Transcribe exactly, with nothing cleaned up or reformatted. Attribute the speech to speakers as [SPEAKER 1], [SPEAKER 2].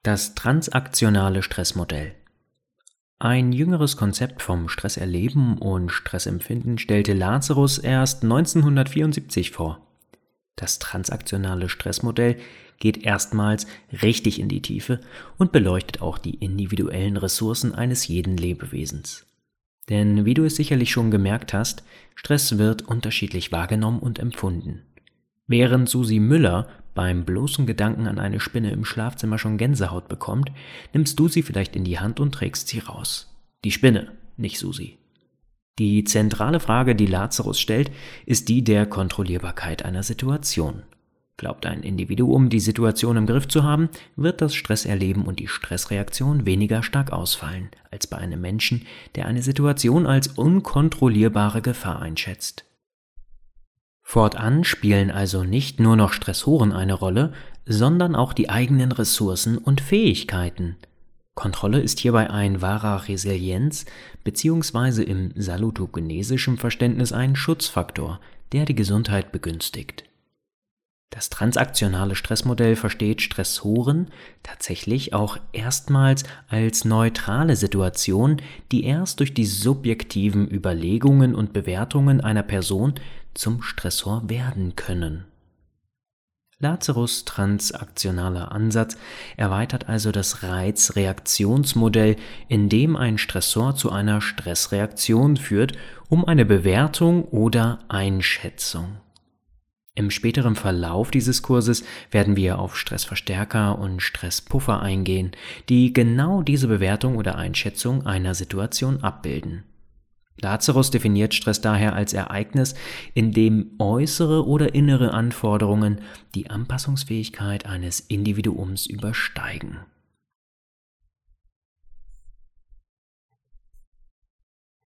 [SPEAKER 1] Das transaktionale Stressmodell. Ein jüngeres Konzept vom Stresserleben und Stressempfinden stellte Lazarus erst neunzehnhundertvierundsiebzig vor. Das transaktionale Stressmodell geht erstmals richtig in die Tiefe und beleuchtet auch die individuellen Ressourcen eines jeden Lebewesens. Denn wie du es sicherlich schon gemerkt hast, Stress wird unterschiedlich wahrgenommen und empfunden. Während Susi Müller beim bloßen Gedanken an eine Spinne im Schlafzimmer schon Gänsehaut bekommt, nimmst du sie vielleicht in die Hand und trägst sie raus. Die Spinne, nicht Susi. Die zentrale Frage, die Lazarus stellt, ist die der Kontrollierbarkeit einer Situation. Glaubt ein Individuum, die Situation im Griff zu haben, wird das Stresserleben und die Stressreaktion weniger stark ausfallen, als bei einem Menschen, der eine Situation als unkontrollierbare Gefahr einschätzt. Fortan spielen also nicht nur noch Stressoren eine Rolle, sondern auch die eigenen Ressourcen und Fähigkeiten. Kontrolle ist hierbei ein wahrer Resilienz- bzw. im salutogenesischen Verständnis ein Schutzfaktor, der die Gesundheit begünstigt. Das transaktionale Stressmodell versteht Stressoren tatsächlich auch erstmals als neutrale Situation, die erst durch die subjektiven Überlegungen und Bewertungen einer Person zum Stressor werden können. Lazarus' transaktionaler Ansatz erweitert also das Reiz-Reaktionsmodell, in dem ein Stressor zu einer Stressreaktion führt, um eine Bewertung oder Einschätzung. Im späteren Verlauf dieses Kurses werden wir auf Stressverstärker und Stresspuffer eingehen, die genau diese Bewertung oder Einschätzung einer Situation abbilden. Lazarus definiert Stress daher als Ereignis, in dem äußere oder innere Anforderungen die Anpassungsfähigkeit eines Individuums übersteigen.